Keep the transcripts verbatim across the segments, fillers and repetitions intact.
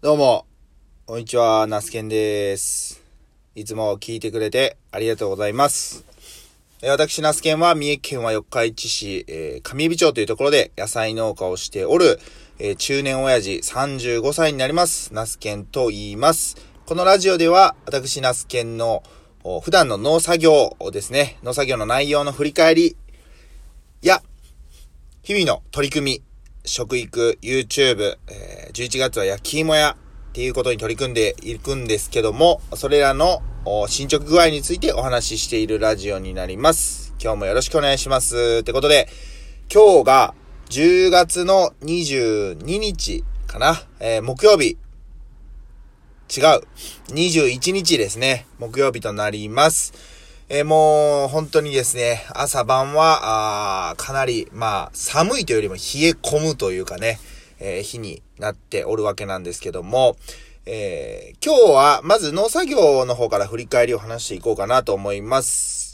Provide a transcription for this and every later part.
どうも、こんにちは、ナスケンです。いつも聞いてくれてありがとうございます。私、ナスケンは三重県は四日市市、えー、上海町というところで野菜農家をしておる、えー、中年親父さんじゅうごさいになります。ナスケンと言います。このラジオでは、私、ナスケンの普段の農作業をですね、農作業の内容の振り返りや、日々の取り組み、食育、YouTube、えー、じゅういちがつは焼き芋屋っていうことに取り組んでいくんですけども、それらの進捗具合についてお話ししているラジオになります。今日もよろしくお願いします。ってことで、今日がじゅうがつのにじゅうににちかな、えー、木曜日。違う。にじゅういちにちですね。木曜日となります。えー、もう本当にですね、朝晩はあかなりまあ寒いというよりも冷え込むというかね、えー、日になっておるわけなんですけども、えー、今日はまず農作業の方から振り返りを話していこうかなと思います。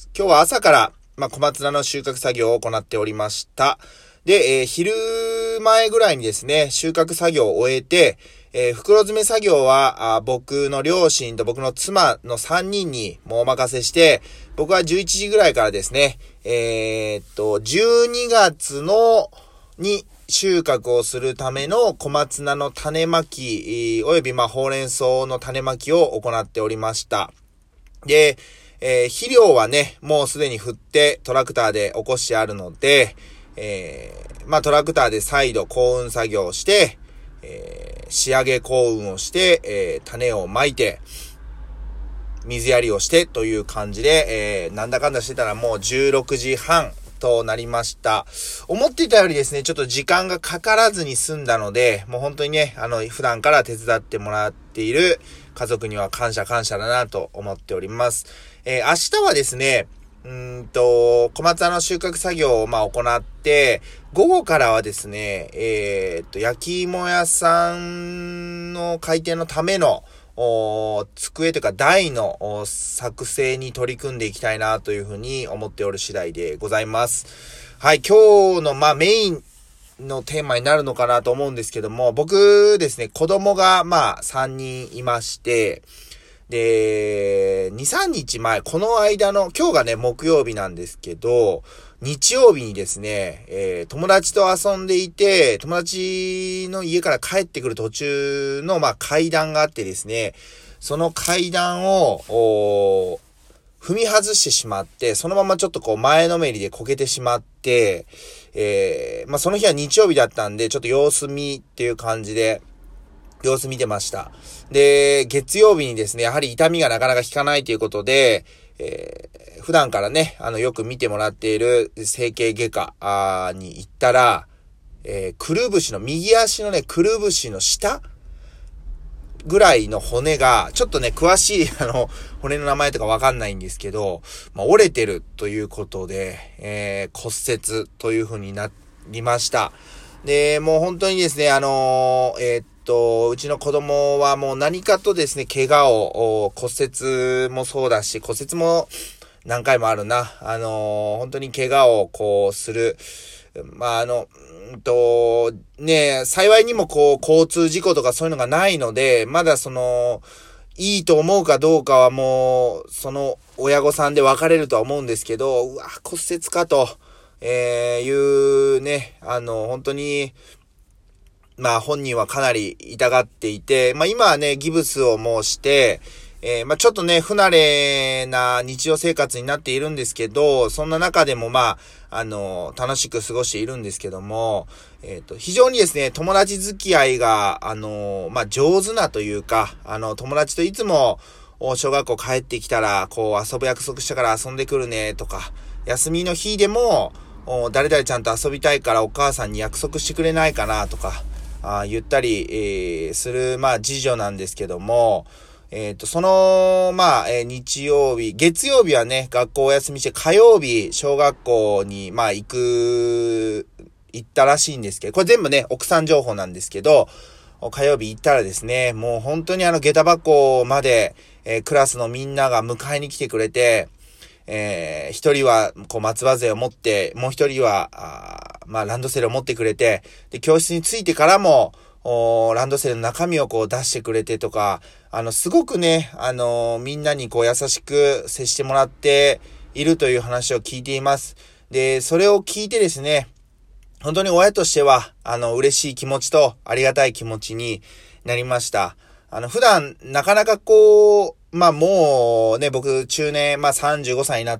今日は朝からまあ小松菜の収穫作業を行っておりました。で、えー、昼前ぐらいにですね、収穫作業を終えて、えー、袋詰め作業はあ僕の両親と僕の妻のさんにんにもうお任せして、僕はじゅういちじぐらいからですね、えー、っと、じゅうにがつのに収穫をするための小松菜の種まき、およびまあほうれん草の種まきを行っておりました。で、えー、肥料はね、もうすでに振ってトラクターで起こしてあるので、えー、まあトラクターで再度耕運作業をして、えー、仕上げ耕運をして、えー、種をまいて、水やりをしてという感じで、えー、なんだかんだしてたらもうじゅうろくじはんとなりました。思っていたよりですね、ちょっと時間がかからずに済んだので、もう本当にね、あの、普段から手伝ってもらっている家族には感謝感謝だなと思っております。えー、明日はですね、うーんと、小松菜の収穫作業をまあ行って、午後からはですね、えー、っと、焼き芋屋さんの開店のための、お机というか台の作成に取り組んでいきたいなというふうに思っておる次第でございます。はい、今日のまあメインのテーマになるのかなと思うんですけども、僕ですね、子供がまあさんにんいまして、で、に、さんにちまえ、この間の、今日がね、木曜日なんですけど、日曜日にですね、えー、友達と遊んでいて、友達の家から帰ってくる途中の、まあ、階段があってですね、その階段を、踏み外してしまって、そのままちょっとこう前のめりでこけてしまって、えー、まあ、その日は日曜日だったんで、ちょっと様子見っていう感じで、様子見てました。で、月曜日にですね、やはり痛みがなかなか引かないということで、えー、普段からね、あの、よく見てもらっている整形外科に行ったら、えー、くるぶしの、右足のね、くるぶしの下ぐらいの骨が、ちょっとね、詳しい、あの、骨の名前とかわかんないんですけど、まあ、折れてるということで、えー、骨折という風になりました。で、もう本当にですね、あのー、えー、っと、うちの子供はもう何かとですね、怪我を、骨折もそうだし、骨折も何回もあるな。あのー、本当に怪我をこうする。まあ、あの、うんと、ね、幸いにもこう、交通事故とかそういうのがないので、まだその、いいと思うかどうかはもう、その親御さんで分かれるとは思うんですけど、うわ、骨折かと。えー、いうね、あの、本当に、まあ本人はかなり痛がっていて、まあ今はね、ギブスをもうして、えー、まあちょっとね、不慣れな日常生活になっているんですけど、そんな中でもまあ、あの、楽しく過ごしているんですけども、えっと、非常にですね、友達付き合いが、あの、まあ上手なというか、あの、友達といつも、小学校帰ってきたら、こう遊ぶ約束したから遊んでくるね、とか、休みの日でも、誰々ちゃんと遊びたいからお母さんに約束してくれないかなとかあ言ったり、えー、するまあ次女なんですけども、えっとそのまあ、えー、日曜日月曜日はね学校お休みして火曜日小学校にまあ行く行ったらしいんですけど、これ全部ね奥さん情報なんですけど、火曜日行ったらですね、もう本当にあの下駄箱まで、えー、クラスのみんなが迎えに来てくれて、えー、一人はこう松葉杖を持って、もう一人はあまあランドセルを持ってくれて、で教室に着いてからもランドセルの中身をこう出してくれてとか、あの、すごくね、あの、みんなにこう優しく接してもらっているという話を聞いています。で、それを聞いてですね、本当に親としては、あの、嬉しい気持ちとありがたい気持ちになりました。あの、普段、なかなかこう、まあもうね、僕中年、まあさんじゅうごさいになって、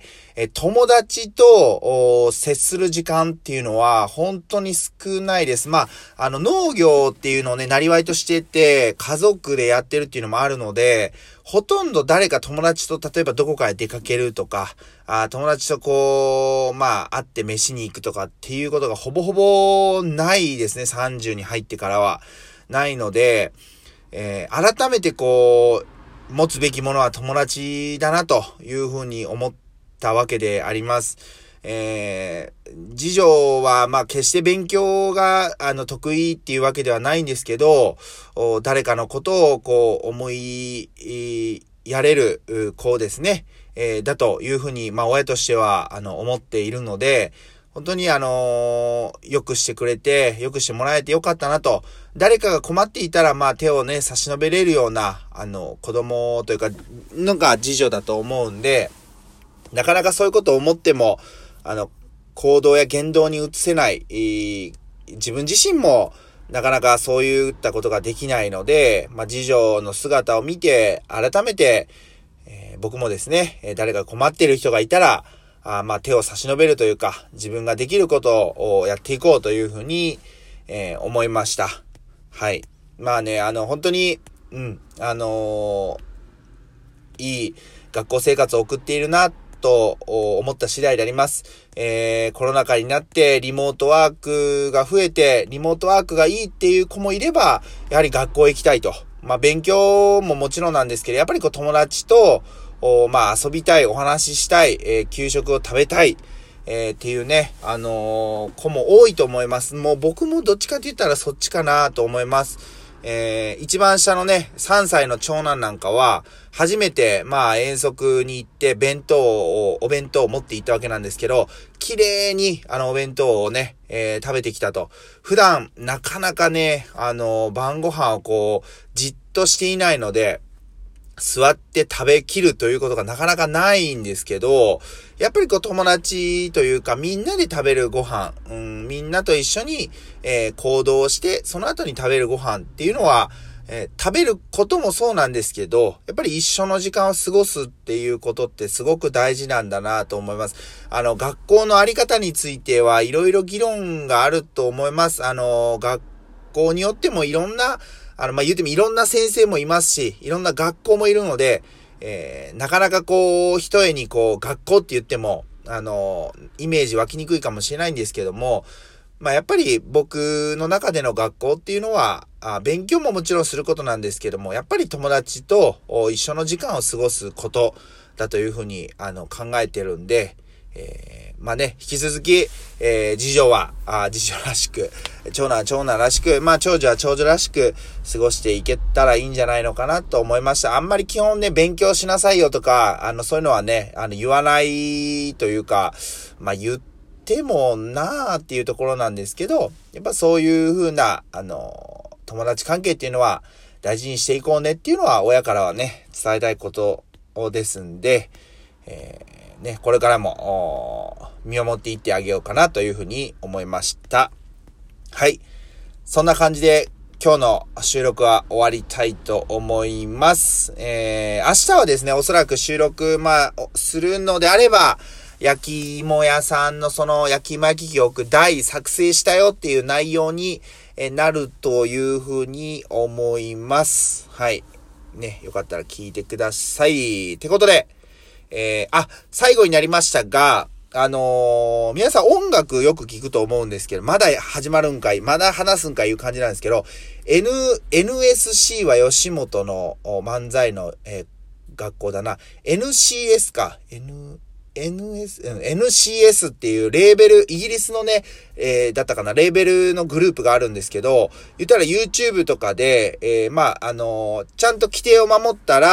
え、友達と接する時間っていうのは本当に少ないです。まあ、あの農業っていうのをね、なりわいとしてて、家族でやってるっていうのもあるので、ほとんど誰か友達と例えばどこかへ出かけるとか、あ友達とこう、まあ会って飯に行くとかっていうことがほぼほぼないですね。さんじゅうに入ってからは。ないので、えー、改めてこう、持つべきものは友達だなというふうに思ったわけであります。えー、次女はまあ決して勉強があの得意っていうわけではないんですけど、誰かのことをこう思いやれる子ですね、えー、だというふうにまあ親としてはあの思っているので、本当にあのー、よくしてくれて、よくしてもらえてよかったなと。誰かが困っていたら、まあ手をね、差し伸べれるような、あの、子供というか、のが次女だと思うんで、なかなかそういうことを思っても、あの、行動や言動に移せない、えー、自分自身も、なかなかそういったことができないので、まあ次女の姿を見て、改めて、えー、僕もですね、誰か困っている人がいたら、あまあ手を差し伸べるというか、自分ができることをやっていこうというふうに、えー、思いました。はい。まあね、あの本当に、うん、あのー、いい学校生活を送っているなと思った次第であります。えー、コロナ禍になってリモートワークが増えて、リモートワークがいいっていう子もいれば、やはり学校へ行きたいと。まあ勉強ももちろんなんですけど、やっぱりこう友達と、おまあ遊びたい、お話ししたい、えー、給食を食べたい、えー、っていうね、あのー、子も多いと思います。もう僕もどっちかって言ったらそっちかなと思います。えー、一番下のね、さんさいの長男なんかは、初めて、まあ遠足に行って弁当を、お弁当を持って行ったわけなんですけど、綺麗にあのお弁当をね、えー、食べてきたと。普段、なかなかね、あのー、晩ご飯をこう、じっとしていないので、座って食べきるということがなかなかないんですけど、やっぱりこう友達というかみんなで食べるご飯、うん、みんなと一緒に、えー、行動して、その後に食べるご飯っていうのは、えー、食べることもそうなんですけど、やっぱり一緒の時間を過ごすっていうことってすごく大事なんだなと思います。あの、学校のあり方についてはいろいろ議論があると思います。あの、学校によってもいろんなあの、まあ、言うてもいろんな先生もいますし、いろんな学校もいるので、えー、なかなかこう、一重にこう、学校って言っても、あの、イメージ湧きにくいかもしれないんですけども、まあ、やっぱり僕の中での学校っていうのは、あ、勉強ももちろんすることなんですけども、やっぱり友達と一緒の時間を過ごすことだというふうに、あの、考えてるんで、えー、まあね、引き続き、えー、次女は、あ、次女らしく、長男は長男らしく、まあ長女は長女らしく過ごしていけたらいいんじゃないのかなと思いました。あんまり基本ね、勉強しなさいよとか、あの、そういうのはね、あの、言わないというか、まあ言ってもなーっていうところなんですけど、やっぱそういう風な、あの、友達関係っていうのは大事にしていこうねっていうのは親からはね、伝えたいことですんで、えーね、これからも見守っていってあげようかなというふうに思いました。はい。そんな感じで今日の収録は終わりたいと思います。えー、明日はですね、おそらく収録、まあ、するのであれば、焼き芋屋さんのその焼き芋焼き記憶大作成したよっていう内容になるというふうに思います。はい。ね、よかったら聞いてください。ってことで、えー、あ、最後になりましたが、あのー、皆さん音楽よく聞くと思うんですけど、まだ始まるんかい、まだ話すんかいいう感じなんですけど、N、エヌエスシー は吉本の漫才の、えー、学校だな。エヌシーエス か。N、エヌエス、エヌシーエス っていうレーベル、イギリスのね、えー、だったかな、レーベルのグループがあるんですけど、言ったら YouTube とかで、えー、まあ、あのー、ちゃんと規定を守ったら、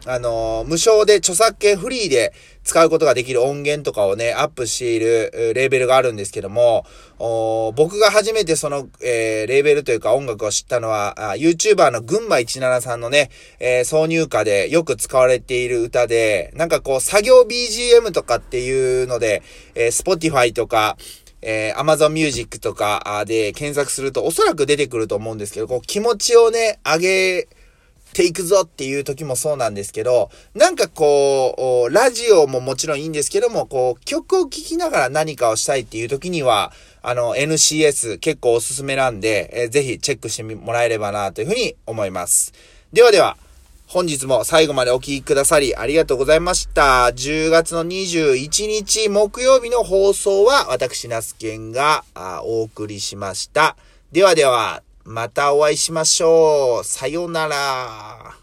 あのー、無償で著作権フリーで使うことができる音源とかをね、アップしているレーベルがあるんですけども、僕が初めてその、えー、レーベルというか音楽を知ったのは、YouTuber の群馬いちななさんのね、えー、挿入歌でよく使われている歌で、なんかこう作業 ビージーエム とかっていうので、えー、Spotify とか、えー、Amazon Music とかで検索するとおそらく出てくると思うんですけど、こう気持ちをね、上げていくぞっていう時もそうなんですけど、なんかこう、ラジオももちろんいいんですけども、こう、曲を聴きながら何かをしたいっていう時には、あの、エヌシーエス 結構おすすめなんで、えー、ぜひチェックしてもらえればなというふうに思います。ではでは、本日も最後までお聴きくださりありがとうございました。じゅうがつのにじゅういちにち木曜日の放送は私ナスケンがお送りしました。ではでは、またお会いしましょう。さようなら。